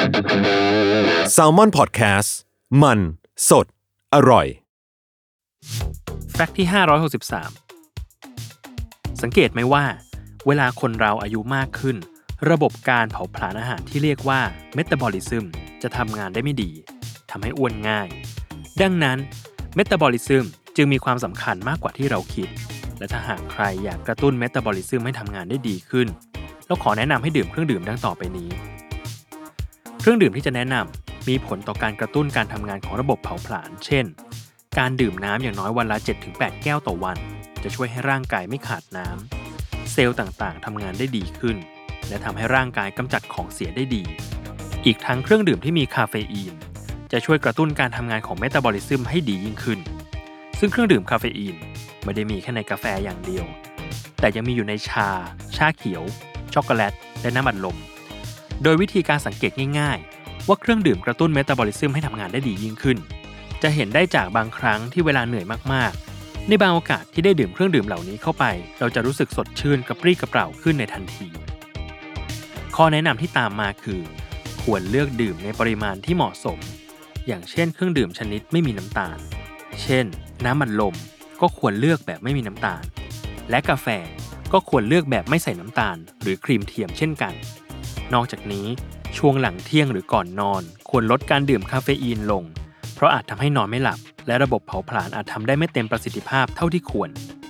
Salmon Podcast มันสดอร่อยแฟกต์ที่563สังเกตไหมว่าเวลาคนเราอายุมากขึ้นระบบการเผาผลาญอาหารที่เรียกว่าเมตาบอลิซึมจะทำงานได้ไม่ดีทำให้อ้วนง่ายดังนั้นเมตาบอลิซึมจึงมีความสำคัญมากกว่าที่เราคิดและถ้าหากใครอยากกระตุ้นเมตาบอลิซึมให้ทำงานได้ดีขึ้นเราขอแนะนำให้ดื่มเครื่องดื่มดังต่อไปนี้เครื่องดื่มที่จะแนะนำมีผลต่อการกระตุ้นการทำงานของระบบเผาผลาญเช่นการดื่มน้ำอย่างน้อยวันละ 7-8 แก้วต่อวันจะช่วยให้ร่างกายไม่ขาดน้ำเซลล์ต่างๆทำงานได้ดีขึ้นและทำให้ร่างกายกำจัดของเสียได้ดีอีกทั้งเครื่องดื่มที่มีคาเฟอีนจะช่วยกระตุ้นการทำงานของเมตาบอลิซึมให้ดียิ่งขึ้นซึ่งเครื่องดื่มคาเฟอีนไม่ได้มีแค่ในกาแฟอย่างเดียวแต่ยังมีอยู่ในชาเขียวช็อกโกแลตและน้ำอัดลมโดยวิธีการสังเกตง่ายๆว่าเครื่องดื่มกระตุ้นเมตาบอลิซึมให้ทำงานได้ดียิ่งขึ้นจะเห็นได้จากบางครั้งที่เวลาเหนื่อยมากๆในบางโอกาสที่ได้ดื่มเครื่องดื่มเหล่านี้เข้าไปเราจะรู้สึกสดชื่นกระปรี้กระเปร่าขึ้นในทันทีข้อแนะนำที่ตามมาคือควรเลือกดื่มในปริมาณที่เหมาะสมอย่างเช่นเครื่องดื่มชนิดไม่มีน้ำตาลเช่นน้ำอัดลมก็ควรเลือกแบบไม่มีน้ำตาลและกาแฟก็ควรเลือกแบบไม่ใส่น้ำตาลหรือครีมเทียมเช่นกันนอกจากนี้ช่วงหลังเที่ยงหรือก่อนนอนควรลดการดื่มคาเฟอีนลงเพราะอาจทำให้นอนไม่หลับและระบบเผาผลาญอาจทำได้ไม่เต็มประสิทธิภาพเท่าที่ควร